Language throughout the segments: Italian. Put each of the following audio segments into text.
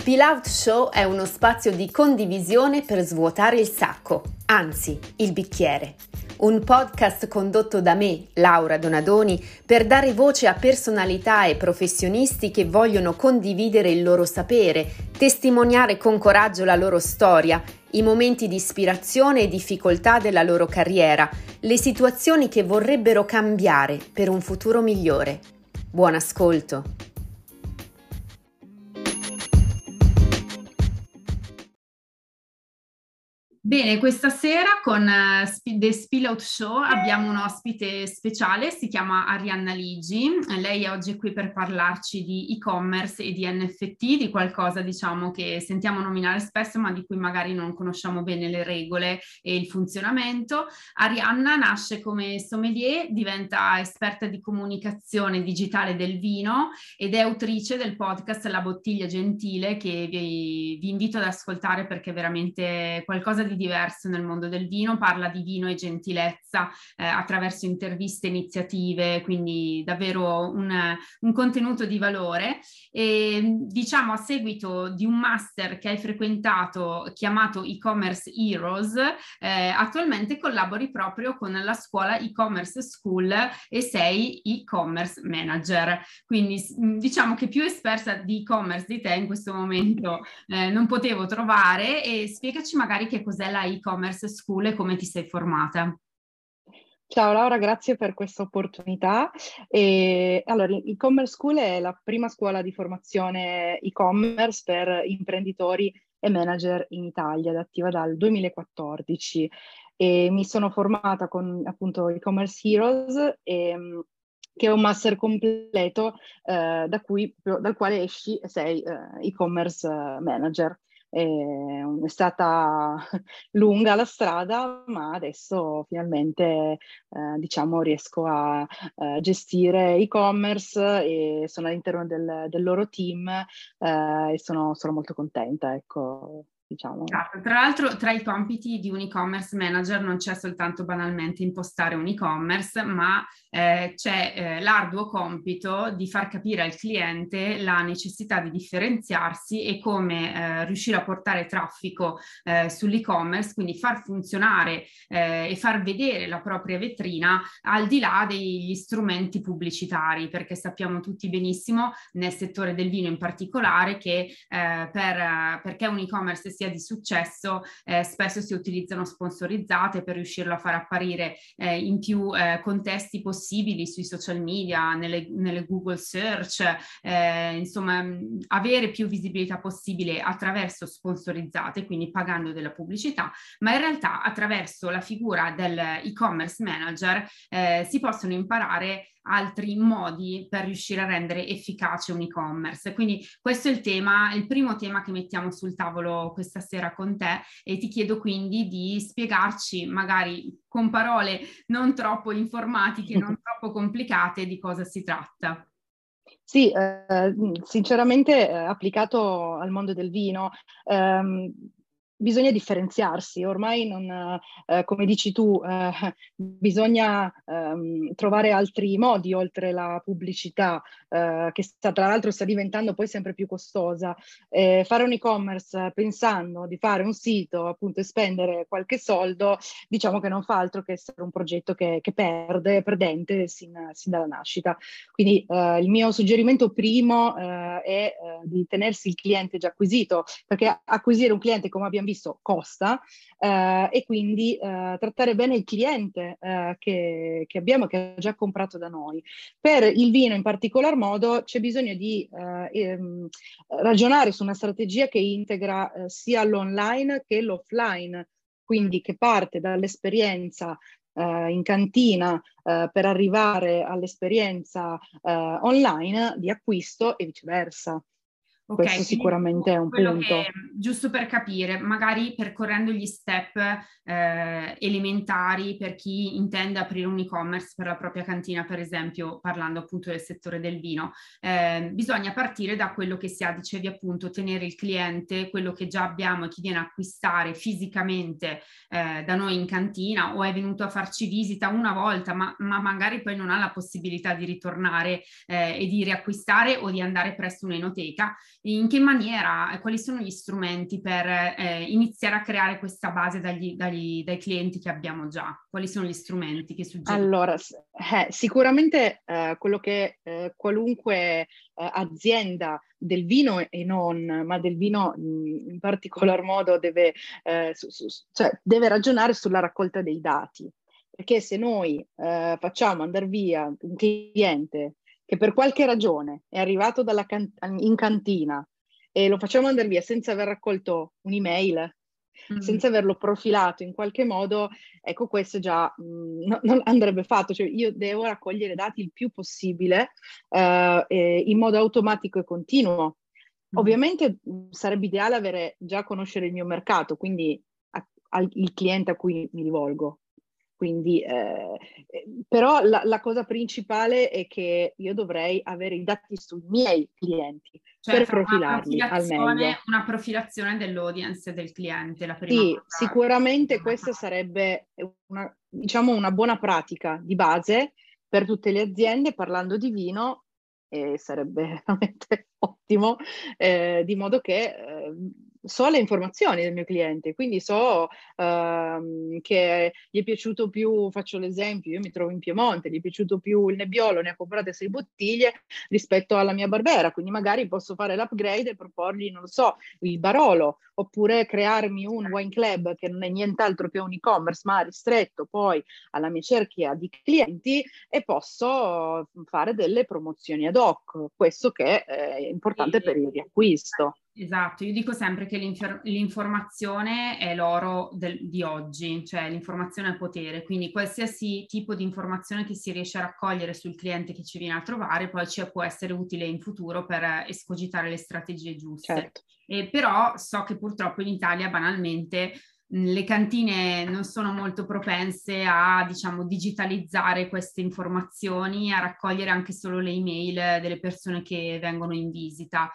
Spill Out Show è uno spazio di condivisione per svuotare il sacco, anzi il bicchiere. Un podcast condotto da me, Laura Donadoni, per dare voce a personalità e professionisti che vogliono condividere il loro sapere, testimoniare con coraggio la loro storia, i momenti di ispirazione e difficoltà della loro carriera, le situazioni che vorrebbero cambiare per un futuro migliore. Buon ascolto! Bene, questa sera con The Spill Out Show abbiamo un ospite speciale, si chiama Arianna Ligi. Lei è oggi qui per parlarci di e-commerce e di NFT, di qualcosa diciamo che sentiamo nominare spesso ma di cui magari non conosciamo bene le regole e il funzionamento. Arianna nasce come sommelier, diventa esperta di comunicazione digitale del vino ed è autrice del podcast La Bottiglia Gentile che vi invito ad ascoltare perché è veramente qualcosa di diverso nel mondo del vino, parla di vino e gentilezza attraverso interviste, iniziative, quindi davvero un contenuto di valore. E diciamo a seguito di un master che hai frequentato chiamato E-Commerce Heroes, attualmente collabori proprio con la scuola E-Commerce School e sei e-commerce manager. Quindi diciamo che più esperta di e-commerce di te in questo momento non potevo trovare, e spiegaci magari che cos'è la e-commerce school e come ti sei formata. Ciao Laura, grazie per questa opportunità. Allora, e-commerce school è la prima scuola di formazione e-commerce per imprenditori e manager in Italia, ed è attiva dal 2014. E mi sono formata con appunto e-commerce heroes che è un master completo dal quale esci e sei e-commerce manager. È stata lunga la strada, ma adesso finalmente diciamo riesco a gestire e-commerce e sono all'interno del loro team e sono molto contenta, ecco. Diciamo. Tra l'altro, tra i compiti di un e-commerce manager non c'è soltanto banalmente impostare un e-commerce, ma c'è l'arduo compito di far capire al cliente la necessità di differenziarsi e come riuscire a portare traffico sull'e-commerce, quindi far funzionare e far vedere la propria vetrina al di là degli strumenti pubblicitari, perché sappiamo tutti benissimo nel settore del vino in particolare che perché un e-commerce sia di successo spesso si utilizzano sponsorizzate per riuscirlo a far apparire in più contesti possibili sui social media, nelle Google search, insomma avere più visibilità possibile attraverso sponsorizzate, quindi pagando della pubblicità, ma in realtà attraverso la figura dell'e-commerce manager si possono imparare altri modi per riuscire a rendere efficace un e-commerce. Quindi questo è il primo tema che mettiamo sul tavolo questa sera con te, e ti chiedo quindi di spiegarci magari con parole non troppo informatiche, non troppo complicate, di cosa si tratta. Sì, sinceramente applicato al mondo del vino, bisogna differenziarsi. Ormai non, come dici tu, bisogna trovare altri modi oltre la pubblicità, che tra l'altro sta diventando poi sempre più costosa. Fare un e-commerce pensando di fare un sito appunto e spendere qualche soldo, diciamo che non fa altro che essere un progetto che perdente sin dalla nascita. Quindi il mio suggerimento primo è di tenersi il cliente già acquisito, perché acquisire un cliente, come abbiamo visto, costa, e quindi trattare bene il cliente che abbiamo, che ha già comprato da noi. Per il vino in particolar modo c'è bisogno di ragionare su una strategia che integra sia l'online che l'offline, quindi che parte dall'esperienza in cantina per arrivare all'esperienza online di acquisto e viceversa. Ok, questo sicuramente è un punto. Che, giusto per capire, magari percorrendo gli step elementari per chi intende aprire un e-commerce per la propria cantina, per esempio, parlando appunto del settore del vino, bisogna partire da quello che si ha, dicevi appunto, tenere il cliente, quello che già abbiamo e chi viene a acquistare fisicamente da noi in cantina o è venuto a farci visita una volta, ma magari poi non ha la possibilità di ritornare e di riacquistare o di andare presso un'enoteca. In che maniera, quali sono gli strumenti per iniziare a creare questa base dai clienti che abbiamo già? Quali sono gli strumenti che suggerisci? Allora, sicuramente quello che qualunque azienda del vino e non, ma del vino in particolar modo deve, cioè, deve ragionare sulla raccolta dei dati. Perché se noi facciamo andare via un cliente che per qualche ragione è arrivato in cantina e lo facciamo andare via senza aver raccolto un'email, senza averlo profilato in qualche modo, ecco, questo già non andrebbe fatto. Cioè, io devo raccogliere dati il più possibile in modo automatico e continuo. Ovviamente sarebbe ideale avere già conoscere il mio mercato, quindi il cliente a cui mi rivolgo. Quindi, però la cosa principale è che io dovrei avere i dati sui miei clienti Cioè per fare profilarli al meglio. una profilazione dell'audience del cliente, la prima Sì, cosa. sicuramente questa sarebbe diciamo, una buona pratica di base per tutte le aziende, parlando di vino, e sarebbe veramente ottimo, di modo che so le informazioni del mio cliente, quindi so che gli è piaciuto più, faccio l'esempio, io mi trovo in Piemonte, gli è piaciuto più il Nebbiolo, ne ha comprate 6 bottiglie rispetto alla mia Barbera, quindi magari posso fare l'upgrade e proporgli, non lo so, il Barolo, oppure crearmi un wine club che non è nient'altro che un e-commerce, ma ristretto poi alla mia cerchia di clienti, e posso fare delle promozioni ad hoc, questo che è importante per il riacquisto. Esatto, io dico sempre che l'informazione è l'oro di oggi, cioè l'informazione è potere, quindi qualsiasi tipo di informazione che si riesce a raccogliere sul cliente che ci viene a trovare poi ci può essere utile in futuro per escogitare le strategie giuste. Certo. Però so che purtroppo in Italia banalmente le cantine non sono molto propense a, diciamo, digitalizzare queste informazioni, a raccogliere anche solo le email delle persone che vengono in visita.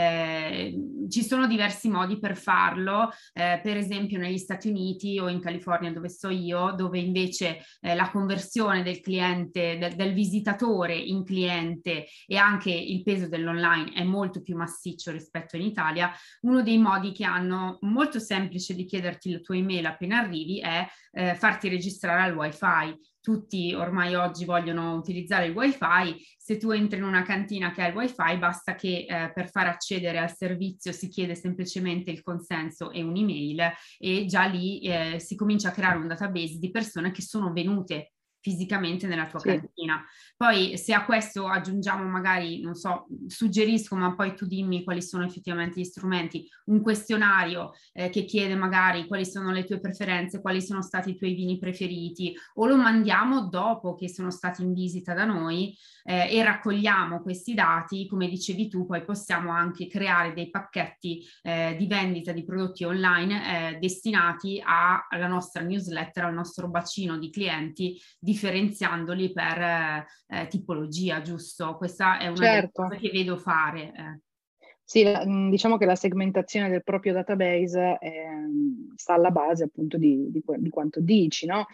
Ci sono diversi modi per farlo, per esempio negli Stati Uniti o in California dove sto io, dove invece la conversione del cliente, del visitatore in cliente e anche il peso dell'online è molto più massiccio rispetto in Italia. Uno dei modi che hanno, molto semplice di chiederti la tua email appena arrivi, è farti registrare al wifi. Tutti ormai oggi vogliono utilizzare il wifi. Se tu entri in una cantina che ha il wifi, basta che per far accedere al servizio si chiede semplicemente il consenso e un'email, e già lì si comincia a creare un database di persone che sono venute fisicamente nella tua Sì. cantina. Poi se a questo aggiungiamo magari, non so, suggerisco, ma poi tu dimmi quali sono effettivamente gli strumenti, un questionario che chiede magari quali sono le tue preferenze, quali sono stati i tuoi vini preferiti, o lo mandiamo dopo che sono stati in visita da noi e raccogliamo questi dati, come dicevi tu, poi possiamo anche creare dei pacchetti di vendita di prodotti online destinati alla nostra newsletter, al nostro bacino di clienti, differenziandoli per tipologia, giusto? Questa è una delle Certo. cose che vedo fare. Sì, diciamo che la segmentazione del proprio database sta alla base appunto di quanto dici, no?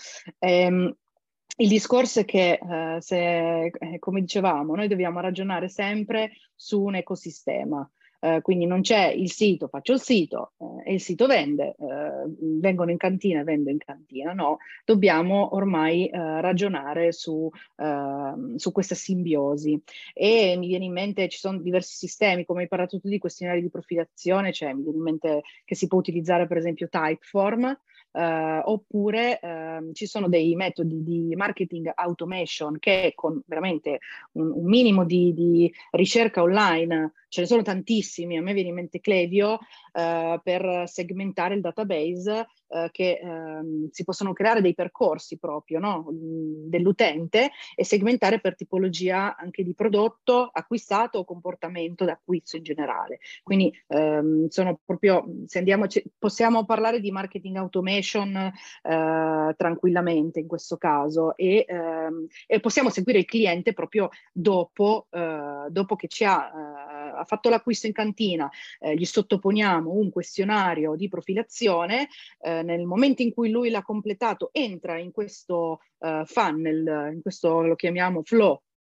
Il discorso è che, come dicevamo, noi dobbiamo ragionare sempre su un ecosistema. Quindi non c'è il sito, faccio il sito e il sito vende, vengono in cantina e vendo in cantina, no, dobbiamo ormai ragionare su questa simbiosi. E mi viene in mente, ci sono diversi sistemi, come hai parlato tu di questionari di profilazione, cioè mi viene in mente che si può utilizzare per esempio Typeform, oppure ci sono dei metodi di marketing automation che con veramente un minimo di ricerca online, ce ne sono tantissimi, a me viene in mente Klaviyo, per segmentare il database, che si possono creare dei percorsi proprio, no? Dell'utente, e segmentare per tipologia anche di prodotto acquistato o comportamento d'acquisto in generale. Quindi sono proprio, se andiamo, possiamo parlare di marketing automation tranquillamente in questo caso, e possiamo seguire il cliente proprio dopo che ha fatto l'acquisto in cantina, gli sottoponiamo un questionario di profilazione, nel momento in cui lui l'ha completato entra in questo funnel, in questo lo chiamiamo flow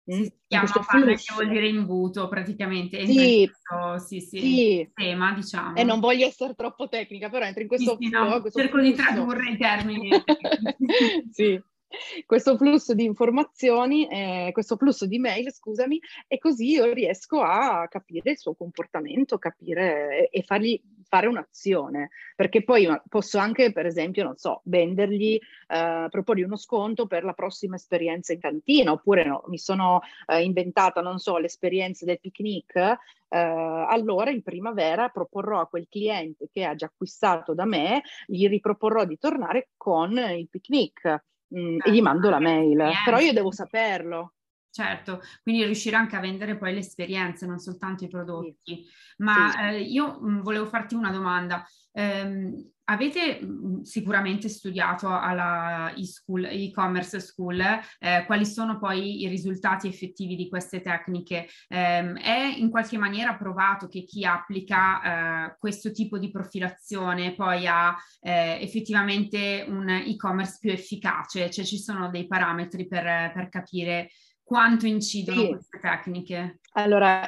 Si in chiama questo funnel, che vuol flusso. dire imbuto praticamente, entra in Sì, questo sì, sistema, e diciamo. non voglio essere troppo tecnica, però entra in Sì, questo sì, flow, no, questo cerco di flusso. tradurre i termini tecnici. Sì, questo flusso di informazioni, questo flusso di mail, scusami, e così io riesco a capire il suo comportamento, capire e fargli fare un'azione, perché poi posso anche, per esempio, non so, vendergli, proporgli uno sconto per la prossima esperienza in cantina, oppure no, mi sono inventata, non so, l'esperienza del picnic, allora in primavera proporrò a quel cliente che ha già acquistato da me, gli riproporrò di tornare con il picnic, e gli mando la mail, però io devo Esperienze. saperlo. Certo, quindi riuscire anche a vendere poi le esperienze, non soltanto i Sì, prodotti. sì. Ma io volevo farti una domanda. Avete sicuramente studiato alla e-school, e-commerce school, quali sono poi i risultati effettivi di queste tecniche? È in qualche maniera provato che chi applica questo tipo di profilazione poi ha effettivamente un e-commerce più efficace? Cioè ci sono dei parametri per capire quanto incidono Sì, queste tecniche? allora,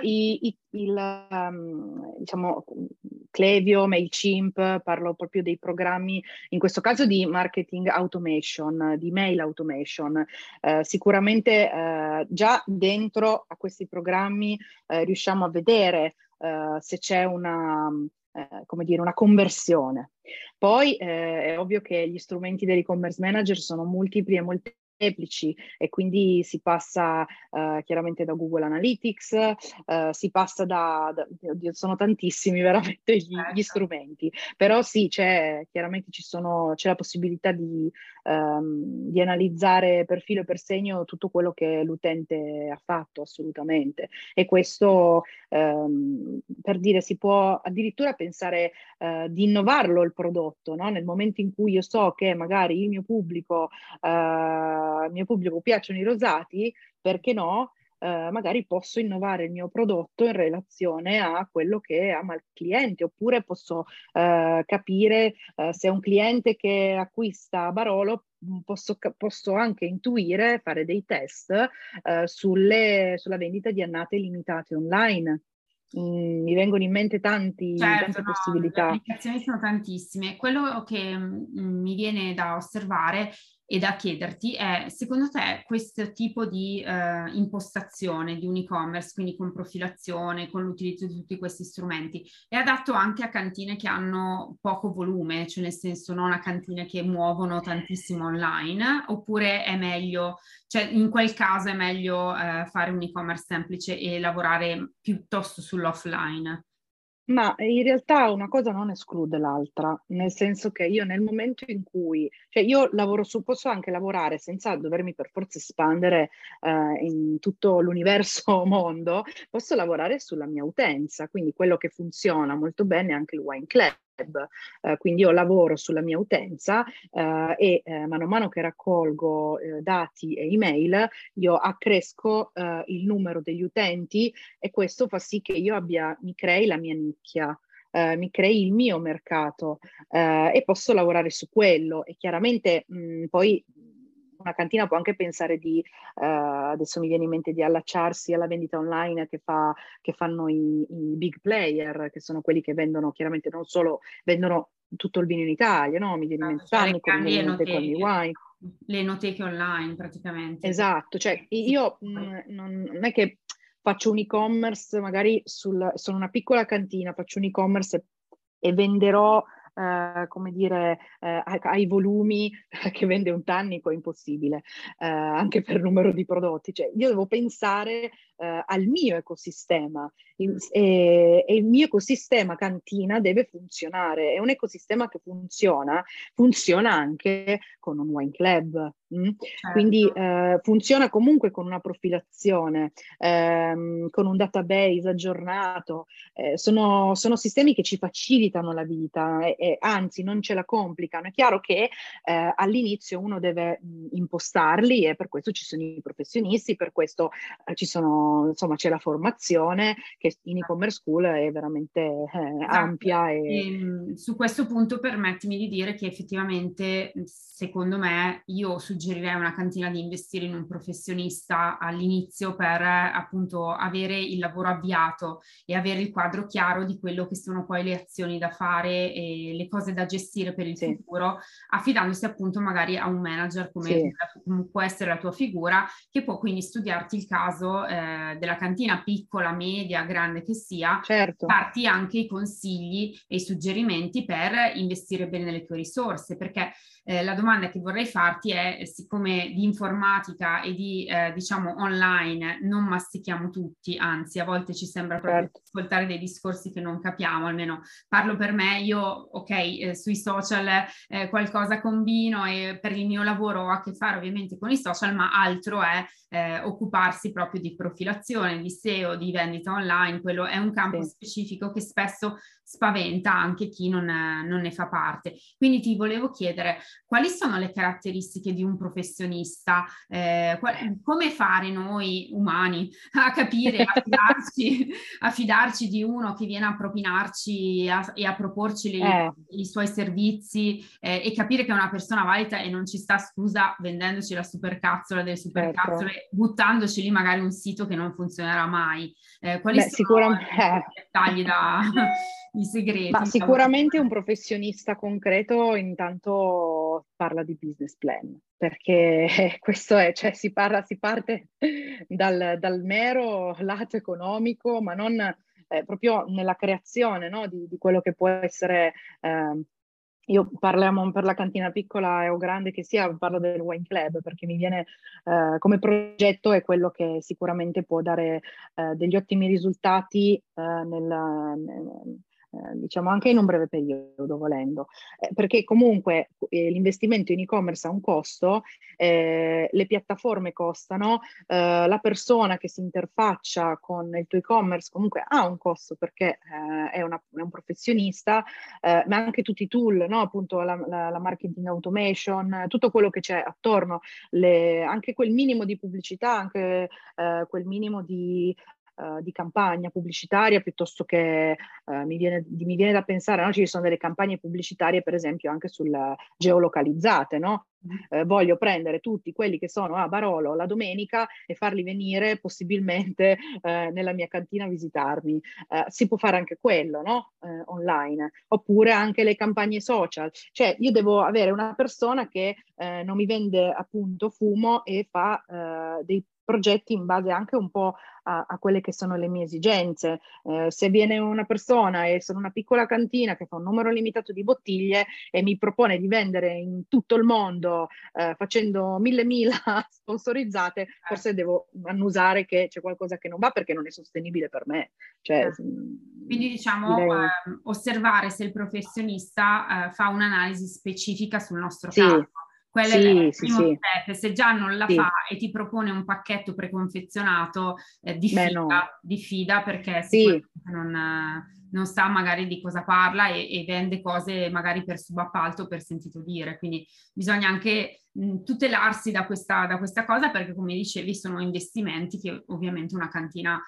diciamo, Klaviyo, Mailchimp, parlo proprio dei programmi, in questo caso di marketing automation, di mail automation. Sicuramente già dentro a questi programmi riusciamo a vedere se c'è come dire, una conversione. Poi è ovvio che gli strumenti dell'e-commerce manager sono multipli e molteplici e quindi si passa chiaramente da Google Analytics, si passa oddio, sono tantissimi veramente gli Certo. strumenti, però sì, chiaramente c'è la possibilità di analizzare per filo e per segno tutto quello che l'utente ha fatto, assolutamente. E questo, per dire, si può addirittura pensare di innovarlo il prodotto, no? Nel momento in cui io so che magari al mio pubblico piacciono i rosati, perché no? Magari posso innovare il mio prodotto in relazione a quello che ama il cliente, oppure posso capire se è un cliente che acquista Barolo, posso anche intuire, fare dei test sulla vendita di annate limitate online. Mi vengono in mente Certo, tante no, le possibilità. applicazioni sono tantissime. Quello che mi viene da osservare e da chiederti è, secondo te, questo tipo di impostazione di un e-commerce, quindi con profilazione, con l'utilizzo di tutti questi strumenti, è adatto anche a cantine che hanno poco volume, cioè nel senso non a cantine che muovono tantissimo online, oppure è meglio, cioè in quel caso è meglio fare un e-commerce semplice e lavorare piuttosto sull'offline? Ma in realtà una cosa non esclude l'altra, nel senso che io nel momento in cui, cioè io posso anche lavorare senza dovermi per forza espandere in tutto l'universo mondo, posso lavorare sulla mia utenza, quindi quello che funziona molto bene è anche il Wine Club. Quindi io lavoro sulla mia utenza e mano a mano che raccolgo dati e email, io accresco il numero degli utenti e questo fa sì che mi crei la mia nicchia. Mi crei il mio mercato e posso lavorare su quello e chiaramente poi una cantina può anche pensare adesso mi viene in mente di allacciarsi alla vendita online che fanno i big player, che sono quelli che vendono chiaramente non solo, vendono tutto il vino in Italia, no? Mi viene in mente Cioè le Tannico, mi viene grandi in mente Colmy enoteche, Wine. le enoteche online praticamente. Esatto, cioè io non è che faccio un e-commerce, magari sono una piccola cantina, faccio un e-commerce e venderò, come dire, ai volumi che vende un tannico, è impossibile, anche per numero di prodotti. Cioè, io devo pensare al mio ecosistema e il mio ecosistema cantina deve funzionare. E un ecosistema che funziona anche con un wine club. Quindi Certo. funziona comunque con una profilazione, con un database aggiornato. Sono sistemi che ci facilitano la vita e anzi non ce la complicano. È chiaro che all'inizio uno deve impostarli e per questo ci sono i professionisti, per questo insomma, c'è la formazione che in e-commerce school è veramente Esatto. ampia Su questo punto permettimi di dire che effettivamente, secondo me, io su suggerirei a una cantina di investire in un professionista all'inizio per appunto avere il lavoro avviato e avere il quadro chiaro di quello che sono poi le azioni da fare e le cose da gestire per il futuro, affidandosi appunto magari a un manager come può essere la tua figura, che può quindi studiarti il caso della cantina, piccola, media, grande che sia, darti anche i consigli e i suggerimenti per investire bene le tue risorse, perché la domanda che vorrei farti è, siccome di informatica e di diciamo online non mastichiamo tutti, anzi a volte ci sembra proprio ascoltare dei discorsi che non capiamo, almeno parlo per me, io ok, sui social qualcosa combino e per il mio lavoro ho a che fare ovviamente con i social, ma altro è occuparsi proprio di profilazione, di SEO, di vendita online, quello è un campo specifico che spesso spaventa anche chi non ne fa parte. Quindi ti volevo chiedere quali sono le caratteristiche di un professionista, come fare noi umani a capire, a fidarci di uno che viene a propinarci e a proporci i suoi servizi e capire che è una persona valida e non ci sta, scusa, vendendoci la supercazzola delle supercazzole, buttandoci lì magari un sito che non funzionerà mai. Quali sono i dettagli i segreti? Ma sicuramente un professionista concreto intanto parla di business plan, perché questo è, cioè si parte dal mero lato economico, ma non proprio nella creazione, no, di quello che può essere. Io parliamo per la cantina piccola o grande che sia, parlo del wine club perché mi viene come progetto è quello che sicuramente può dare degli ottimi risultati diciamo anche in un breve periodo volendo, perché comunque l'investimento in e-commerce ha un costo, le piattaforme costano, la persona che si interfaccia con il tuo e-commerce comunque ha un costo perché è un professionista, ma anche tutti i tool, no? Appunto la marketing automation, tutto quello che c'è attorno, anche quel minimo di pubblicità, anche quel minimo di campagna pubblicitaria, piuttosto che mi viene da pensare, no? Ci sono delle campagne pubblicitarie per esempio anche sul geolocalizzate, no? Voglio prendere tutti quelli che sono a Barolo la domenica e farli venire possibilmente nella mia cantina a visitarmi. Si può fare anche quello, no? Online, oppure anche le campagne social. Cioè io devo avere una persona che non mi vende appunto fumo e fa dei progetti in base anche un po' a quelle che sono le mie esigenze. Se viene una persona e sono una piccola cantina che fa un numero limitato di bottiglie e mi propone di vendere in tutto il mondo facendo mille sponsorizzate, forse devo annusare che c'è qualcosa che non va perché non è sostenibile per me. Cioè, quindi diciamo osservare se il professionista fa un'analisi specifica sul nostro caso. Quello è il primo step. Se già non la fa e ti propone un pacchetto preconfezionato, diffida perché sicuramente non sa magari di cosa parla e vende cose magari per subappalto o per sentito dire. Quindi bisogna anche tutelarsi da questa cosa perché, come dicevi, sono investimenti che ovviamente una cantina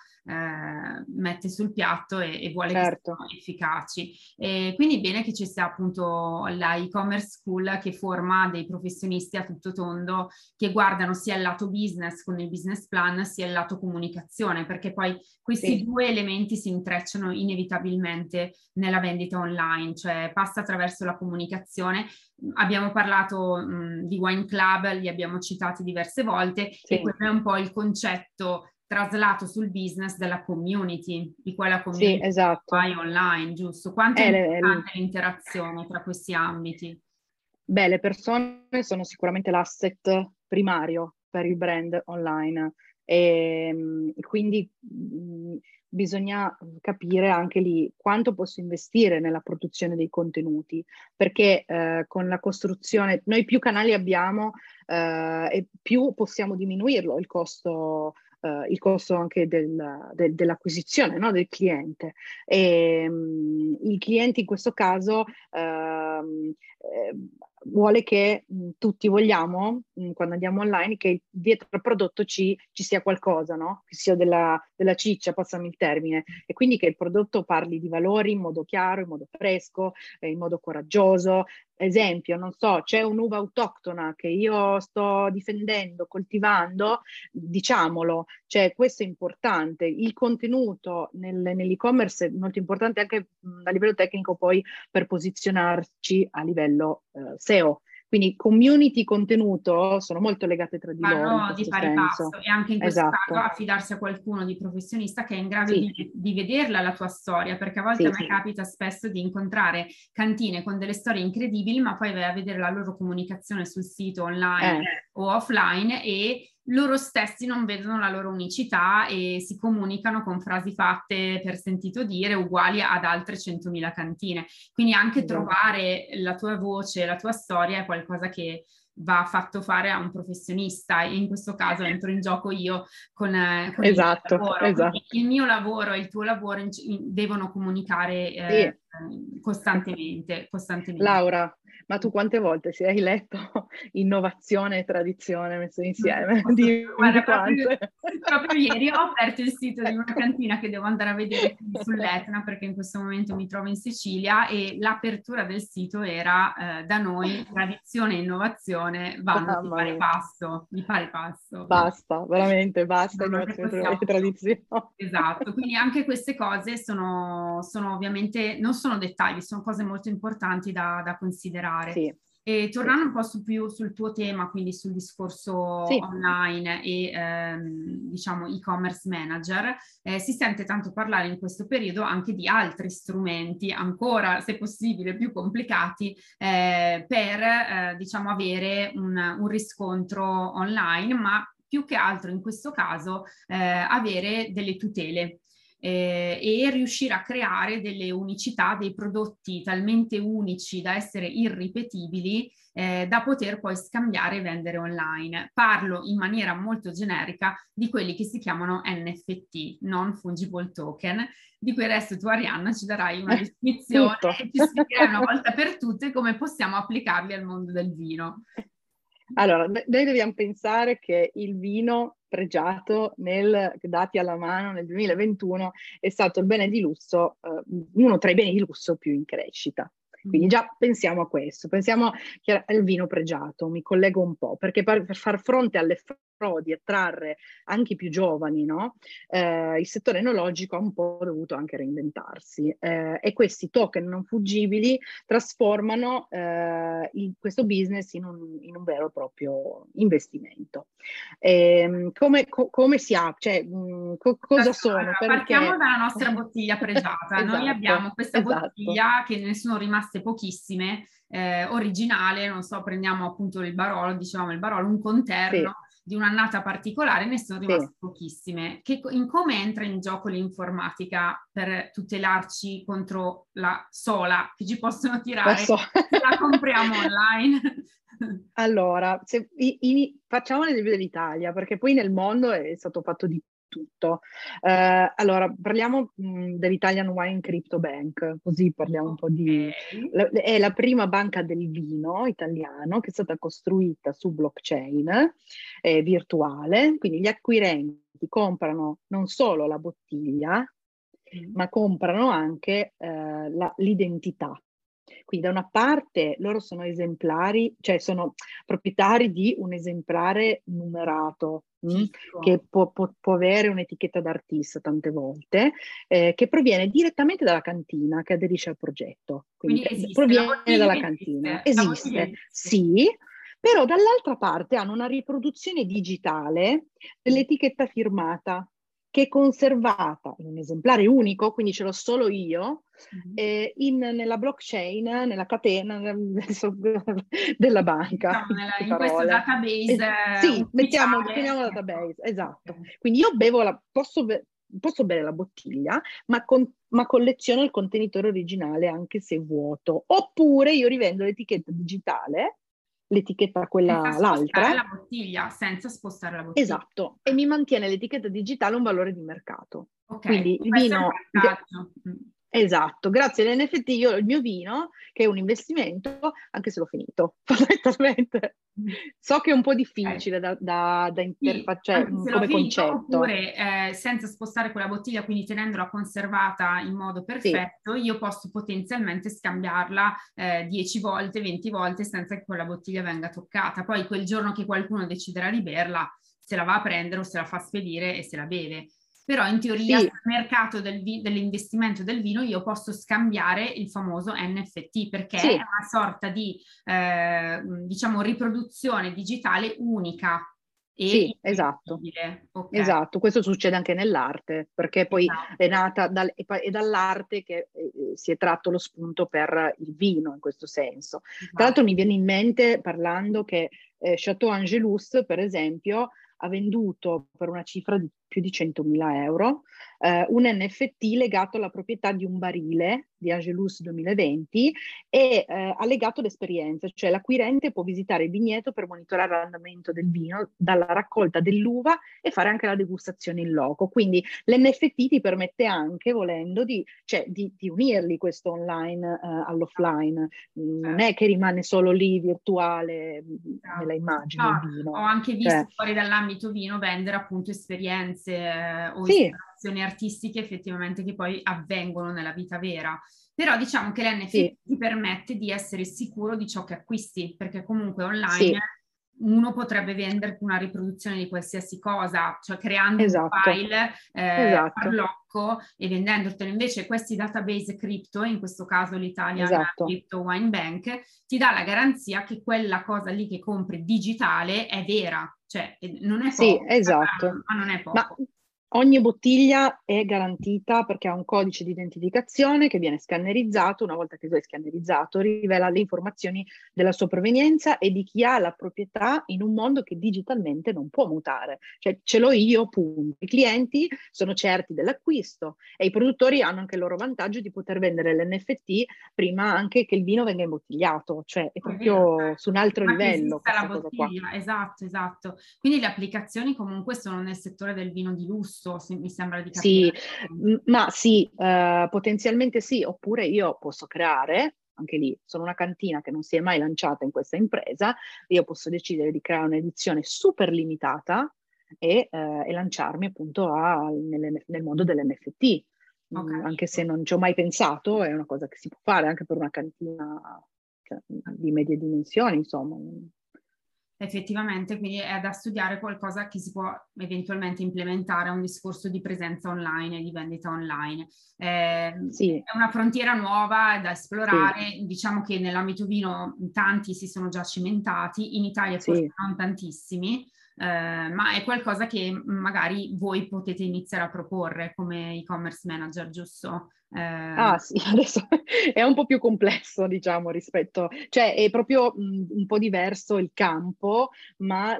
mette sul piatto e vuole che siano efficaci. E quindi bene che ci sia appunto la e-commerce school che forma dei professionisti a tutto tondo che guardano sia il lato business con il business plan sia il lato comunicazione, perché poi questi due elementi si intrecciano inevitabilmente nella vendita online, cioè passa attraverso la comunicazione. Abbiamo parlato di wine club, li abbiamo citati diverse volte e quello è un po' il concetto traslato sul business della community, di quella community fai online, giusto? Quanto è importante l'interazione tra questi ambiti? Beh, le persone sono sicuramente l'asset primario per il brand online e quindi bisogna capire anche lì quanto posso investire nella produzione dei contenuti, perché con la costruzione, noi più canali abbiamo e più possiamo diminuirlo il costo anche dell'acquisizione, no? Del cliente. E, il cliente in questo caso vuole che tutti vogliamo, quando andiamo online, che dietro al prodotto ci sia qualcosa, no? Che sia della ciccia, passami il termine, e quindi che il prodotto parli di valori in modo chiaro, in modo fresco, in modo coraggioso, esempio, non so, c'è un'uva autoctona che io sto difendendo, coltivando, diciamolo, cioè questo è importante. Il contenuto nell'e-commerce è molto importante anche a livello tecnico poi per posizionarci a livello SEO. Quindi community contenuto sono molto legate tra di loro in vanno di questo pari senso. passo, e anche in questo caso Esatto, affidarsi a qualcuno di professionista che è in grado sì, di vederla la tua storia, perché a volte a sì, me capita spesso di incontrare cantine con delle storie incredibili, ma poi vai a vedere la loro comunicazione sul sito online o offline e loro stessi non vedono la loro unicità e si comunicano con frasi fatte per sentito dire uguali ad altre 100.000 cantine. Quindi anche esatto. trovare la tua voce, la tua storia è qualcosa che va fatto fare a un professionista, e in questo caso entro in gioco io con il mio Esatto, lavoro. Quindi esatto. il mio lavoro e il tuo lavoro devono comunicare Sì. costantemente. Laura, ma tu quante volte hai letto innovazione e tradizione messe Non insieme? posso più. Dimmi Guarda, quante. proprio ieri ho aperto il sito di una cantina che devo andare a vedere qui sull'Etna, perché in questo momento mi trovo in Sicilia, e l'apertura del sito era da noi tradizione e innovazione vanno di Mamma pari mia. passo, di pari passo. Basta, veramente basta Non ne innovazione e possiamo più. tradizione. Esatto, quindi anche queste cose sono ovviamente, non sono dettagli, sono cose molto importanti da considerare. Sì, E sì, tornando un po' più sul tuo tema, quindi sul discorso sì. online e diciamo e-commerce manager, si sente tanto parlare in questo periodo anche di altri strumenti, ancora se possibile più complicati, per diciamo avere un riscontro online, ma più che altro in questo caso avere delle tutele. E riuscire a creare delle unicità, dei prodotti talmente unici da essere irripetibili da poter poi scambiare e vendere online. Parlo in maniera molto generica di quelli che si chiamano NFT, non fungible token, di cui adesso tu Arianna ci darai una definizione Tutto. e ci spiegherai una volta per tutte come possiamo applicarli al mondo del vino. Allora, noi dobbiamo pensare che il vino pregiato dati alla mano nel 2021 è stato il bene di lusso, uno tra i beni di lusso più in crescita. Quindi già pensiamo a questo, pensiamo al vino pregiato, mi collego un po', perché per far fronte alle frodi e trarre anche i più giovani, no? Il settore enologico ha un po' dovuto anche reinventarsi e questi token non fuggibili trasformano questo business in un vero e proprio investimento. Come si ha? Cioè, cosa sono? Allora, partiamo Perché? dalla nostra bottiglia pregiata. Noi Esatto, abbiamo questa esatto. bottiglia, che ne sono rimaste pochissime, originale, non so, prendiamo appunto il Barolo, dicevamo il Barolo, un conterno Sì, di un'annata particolare, ne sono sì. rimaste pochissime. In come entra in gioco l'informatica per tutelarci contro la sola che ci possono Lo tirare so. se la compriamo online? Allora, facciamo l'esempio dell'Italia, perché poi nel mondo è stato fatto di tutto. Allora, parliamo dell'Italian Wine Crypto Bank, così parliamo un po' di... Ok. È la prima banca del vino italiano che è stata costruita su blockchain virtuale, quindi gli acquirenti comprano non solo la bottiglia, Mm. ma comprano anche l'identità. Quindi da una parte loro sono esemplari, cioè sono proprietari di un esemplare numerato, che Fico. può avere un'etichetta d'artista tante volte, che proviene direttamente dalla cantina che aderisce al progetto. Quindi Quindi esiste, la proviene bottiglia dalla cantina. esiste, la bottiglia Esiste, esiste. sì, però dall'altra parte hanno una riproduzione digitale dell'etichetta firmata che è conservata in un esemplare unico, quindi ce l'ho solo io, Mhm. nella blockchain, nella catena della banca, Diciamo in poche in questo parole. database Sì, ufficiale. chiamiamola Ecco. database, esatto. Ok. Quindi io posso bere la bottiglia, ma colleziono il contenitore originale anche se vuoto. Oppure io rivendo l'etichetta digitale, l'etichetta Senza quella, spostare l'altra, la bottiglia, senza spostare la bottiglia. esatto, e mi mantiene l'etichetta digitale un valore di mercato. Ok, Quindi il questo è un vino, vantaggio. Mm. Esatto, grazie all'NFT io ho il mio vino, che è un investimento, anche se l'ho finito, fondamentalmente. So che è un po' Ok. difficile da Sì, interfacciare anche se l'ho come finito, concetto. oppure senza spostare quella bottiglia, quindi tenendola conservata in modo Sì, perfetto, io posso potenzialmente scambiarla 10 volte, 20 volte senza che quella bottiglia venga toccata. Poi quel giorno che qualcuno deciderà di berla, se la va a prendere o se la fa spedire e se la beve. Però in teoria sul sì, mercato dell'investimento del vino io posso scambiare il famoso NFT perché è sì, una sorta di diciamo riproduzione digitale unica e sì, esatto. irripetibile. Ok, Esatto, questo succede anche nell'arte, perché poi è esatto, nata è dall'arte che si è tratto lo spunto per il vino in questo senso. Tra l'altro esatto. mi viene in mente parlando che Chateau Angelus, per esempio, ha venduto per una cifra di più di 100.000 euro un NFT legato alla proprietà di un barile di Angelus 2020 e ha legato l'esperienza, cioè l'acquirente può visitare il vigneto per monitorare l'andamento del vino dalla raccolta dell'uva e fare anche la degustazione in loco. Quindi l'NFT ti permette anche, volendo, cioè, di unirli questo online all'offline. Non è Certo. che rimane solo lì virtuale, me la Esatto. immagino il No, ho vino. anche Cioè, visto fuori dall'ambito vino vendere appunto esperienze o sì, ispirazioni artistiche effettivamente che poi avvengono nella vita vera. Però diciamo che l'NFT sì, ti permette di essere sicuro di ciò che acquisti, perché comunque online sì, uno potrebbe venderti una riproduzione di qualsiasi cosa, cioè creando un esatto, file esatto, farlocco e vendendotelo. Invece questi database cripto, in questo caso l'Italian esatto. Crypto Wine Bank, ti dà la garanzia che quella cosa lì che compri digitale è vera, cioè non è Sì, poco, esatto. ma non è Ma poco. ogni bottiglia è garantita perché ha un codice di identificazione che viene scannerizzato. Una volta che è scannerizzato, rivela le informazioni della sua provenienza e di chi ha la proprietà in un mondo che digitalmente non può mutare. Cioè, ce l'ho io, punto. I clienti sono certi dell'acquisto e i produttori hanno anche il loro vantaggio di poter vendere l'NFT prima anche che il vino venga imbottigliato. Cioè, è È vero, proprio su un certo. altro Prima che livello esista la questa cosa qua. bottiglia, esatto, esatto. Quindi le applicazioni comunque sono nel settore del vino di lusso, mi sembra di capire. Sì, ma sì, potenzialmente sì, oppure io posso creare, anche lì, sono una cantina che non si è mai lanciata in questa impresa, io posso decidere di creare un'edizione super limitata e lanciarmi appunto nel mondo dell'NFT. Ho Anche se capito. non ci ho mai pensato, è una cosa che si può fare anche per una cantina cioè, di medie dimensioni, insomma. Effettivamente, quindi è da studiare qualcosa che si può eventualmente implementare a un discorso di presenza online e di vendita online. Sì, È una frontiera nuova da sì, esplorare, diciamo che nell'ambito vino tanti si sono già cimentati, in Italia forse sì. non tantissimi, ma è qualcosa che magari voi potete iniziare a proporre come e-commerce manager, giusto? Ah sì, adesso è un po' più complesso, diciamo, rispetto, cioè è proprio un po' diverso il campo, ma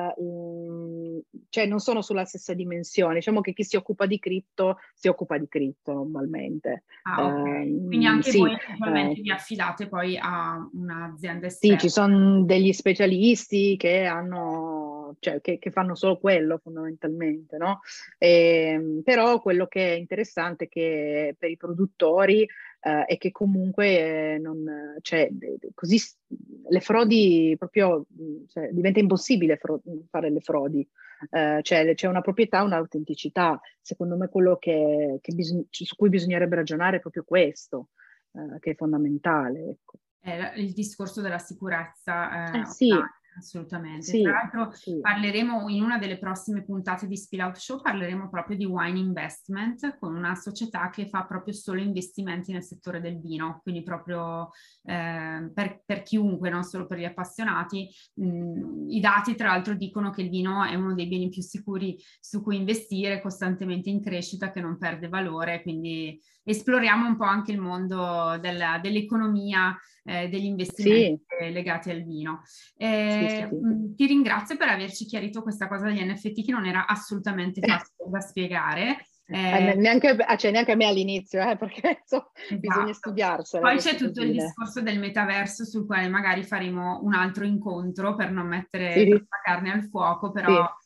cioè non sono sulla stessa dimensione. Diciamo che chi si occupa di cripto si occupa di cripto normalmente. Ah, ok. Quindi anche Sì, voi eventualmente vi affidate poi a un'azienda sì, ci esterna. sono degli specialisti che hanno, cioè, che fanno solo quello fondamentalmente, no? Però quello che è interessante è che per i produttori è che comunque non, cioè, così le frodi proprio, cioè, diventa impossibile fare le frodi. Cioè, c'è una proprietà, un'autenticità. Secondo me quello su cui bisognerebbe ragionare è proprio questo, che è fondamentale. Ecco. Il discorso della sicurezza Sì, online, assolutamente. Tra sì, l'altro sì, parleremo in una delle prossime puntate di Spill Out Show, parleremo proprio di wine investment con una società che fa proprio solo investimenti nel settore del vino, quindi proprio per chiunque, non solo per gli appassionati. I dati tra l'altro dicono che il vino è uno dei beni più sicuri su cui investire, costantemente in crescita, che non perde valore, quindi esploriamo un po' anche il mondo dell'economia degli investimenti sì, legati al vino. sì, sì, sì. Ti ringrazio per averci chiarito questa cosa degli NFT che non era assolutamente facile da spiegare. Neanche a me all'inizio, perché bisogna Esatto. studiarsele Poi c'è queste tutto il cosine. discorso del metaverso sul quale magari faremo un altro incontro per non mettere Sì, troppa carne al fuoco, però sì,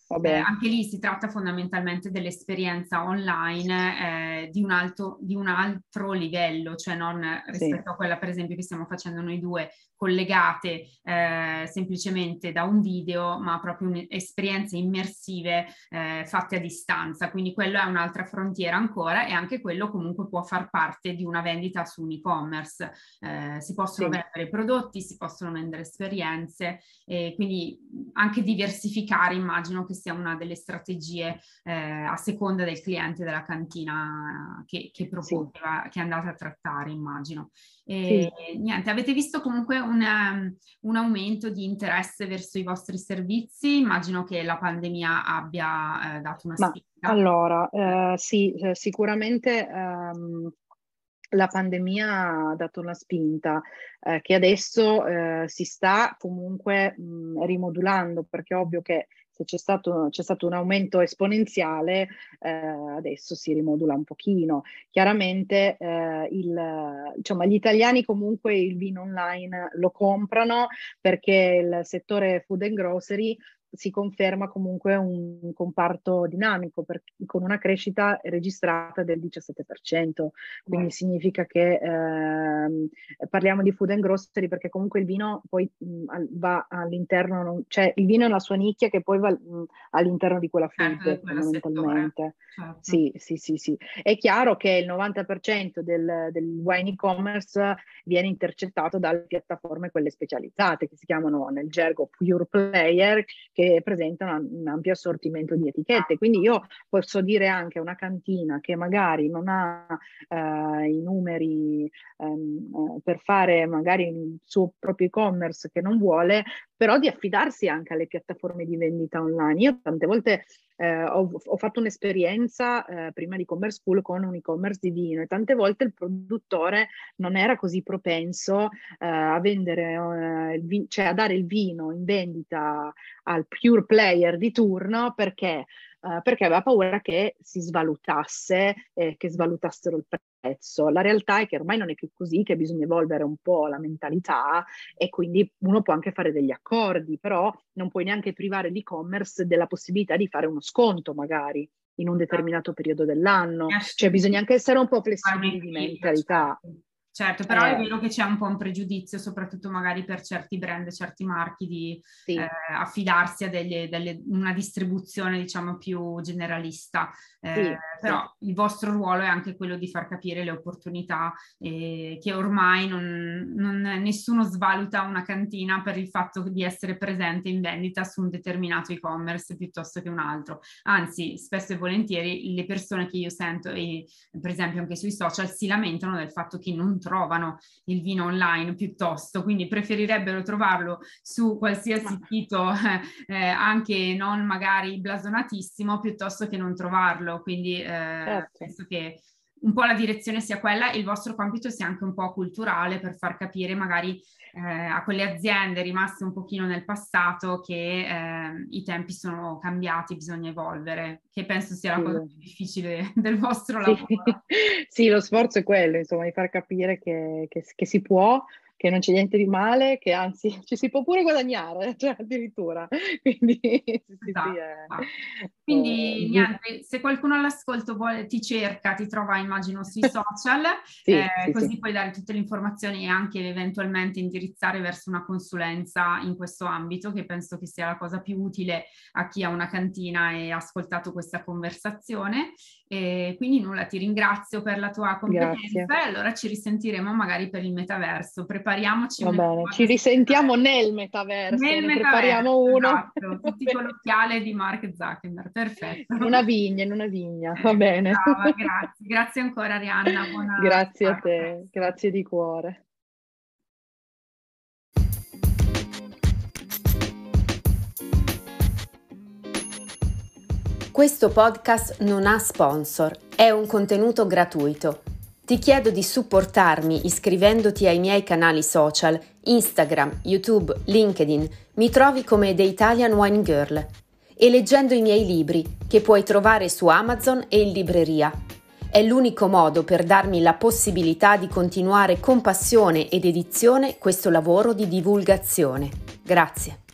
Vabbè. Anche lì si tratta fondamentalmente dell'esperienza online di un altro livello, cioè non rispetto a quella per esempio che stiamo facendo noi due, collegate semplicemente da un video, ma proprio esperienze immersive fatte a distanza. Quindi quello è un'altra frontiera ancora, e anche quello comunque può far parte di una vendita su un e-commerce. Si possono vendere prodotti, si possono vendere esperienze, e quindi anche diversificare, immagino che sia una delle strategie a seconda del cliente della cantina che proponeva, che andate a trattare, immagino. E niente, avete visto comunque un aumento di interesse verso i vostri servizi? Immagino che la pandemia abbia dato una spinta. Allora, sì, sicuramente la pandemia ha dato una spinta che adesso si sta comunque rimodulando, perché è ovvio che se c'è stato un aumento esponenziale, adesso si rimodula un pochino. Chiaramente gli italiani comunque il vino online lo comprano, perché il settore food and grocery si conferma comunque un comparto dinamico con una crescita registrata del 17%, quindi significa che parliamo di food and grocery perché comunque il vino poi va all'interno, cioè il vino è la sua nicchia che poi va all'interno di quella food fondamentalmente. Certo. Sì. È chiaro che il 90% del wine e-commerce viene intercettato dalle piattaforme quelle specializzate che si chiamano nel gergo pure player, che presentano un ampio assortimento di etichette. Quindi io posso dire anche a una cantina che magari non ha i numeri per fare magari il suo proprio e-commerce, che non vuole, però di affidarsi anche alle piattaforme di vendita online. Io tante volte ho fatto un'esperienza prima di Commerce School con un e-commerce di vino, e tante volte il produttore non era così propenso a vendere, cioè a dare il vino in vendita al pure player di turno, perché aveva paura che si svalutasse, che svalutassero il prezzo. La realtà è che ormai non è più così, che bisogna evolvere un po' la mentalità, e quindi uno può anche fare degli accordi, però non puoi neanche privare l'e-commerce della possibilità di fare uno sconto magari in un determinato periodo dell'anno. Cioè bisogna anche essere un po' flessibili di mentalità. Certo, però è vero che c'è un po' un pregiudizio, soprattutto magari per certi brand, certi marchi, di affidarsi a una distribuzione, diciamo, più generalista. Però il vostro ruolo è anche quello di far capire le opportunità, che ormai nessuno svaluta una cantina per il fatto di essere presente in vendita su un determinato e-commerce piuttosto che un altro. Anzi, spesso e volentieri le persone che io sento, per esempio anche sui social, si lamentano del fatto che non trovano il vino online piuttosto, quindi preferirebbero trovarlo su qualsiasi sito, anche non magari blasonatissimo, piuttosto che non trovarlo. Quindi penso che un po' la direzione sia quella, e il vostro compito sia anche un po' culturale, per far capire magari a quelle aziende rimaste un pochino nel passato che i tempi sono cambiati, bisogna evolvere, che penso sia la cosa più difficile del vostro lavoro. Sì, lo sforzo è quello, insomma, di far capire che si può, che non c'è niente di male, che anzi ci si può pure guadagnare, cioè addirittura. Quindi, Quindi niente, se qualcuno all'ascolto ti cerca, ti trova, immagino, sui social, così puoi dare tutte le informazioni e anche eventualmente indirizzare verso una consulenza in questo ambito, che penso che sia la cosa più utile a chi ha una cantina e ha ascoltato questa conversazione. E quindi nulla, ti ringrazio per la tua competenza. E allora ci risentiremo magari per il metaverso. Prepariamoci. Va bene, ci risentiamo nel metaverso. Prepariamo uno. Esatto, tutti con l'occhiale di Mark Zuckerberg. Perfetto. In una vigna, va bene. Brava, grazie ancora, Arianna. Grazie a te, grazie di cuore. Questo podcast non ha sponsor, è un contenuto gratuito. Ti chiedo di supportarmi iscrivendoti ai miei canali social, Instagram, YouTube, LinkedIn. Mi trovi come The Italian Wine Girl. E leggendo i miei libri, che puoi trovare su Amazon e in libreria. È l'unico modo per darmi la possibilità di continuare con passione ed dedizione questo lavoro di divulgazione. Grazie.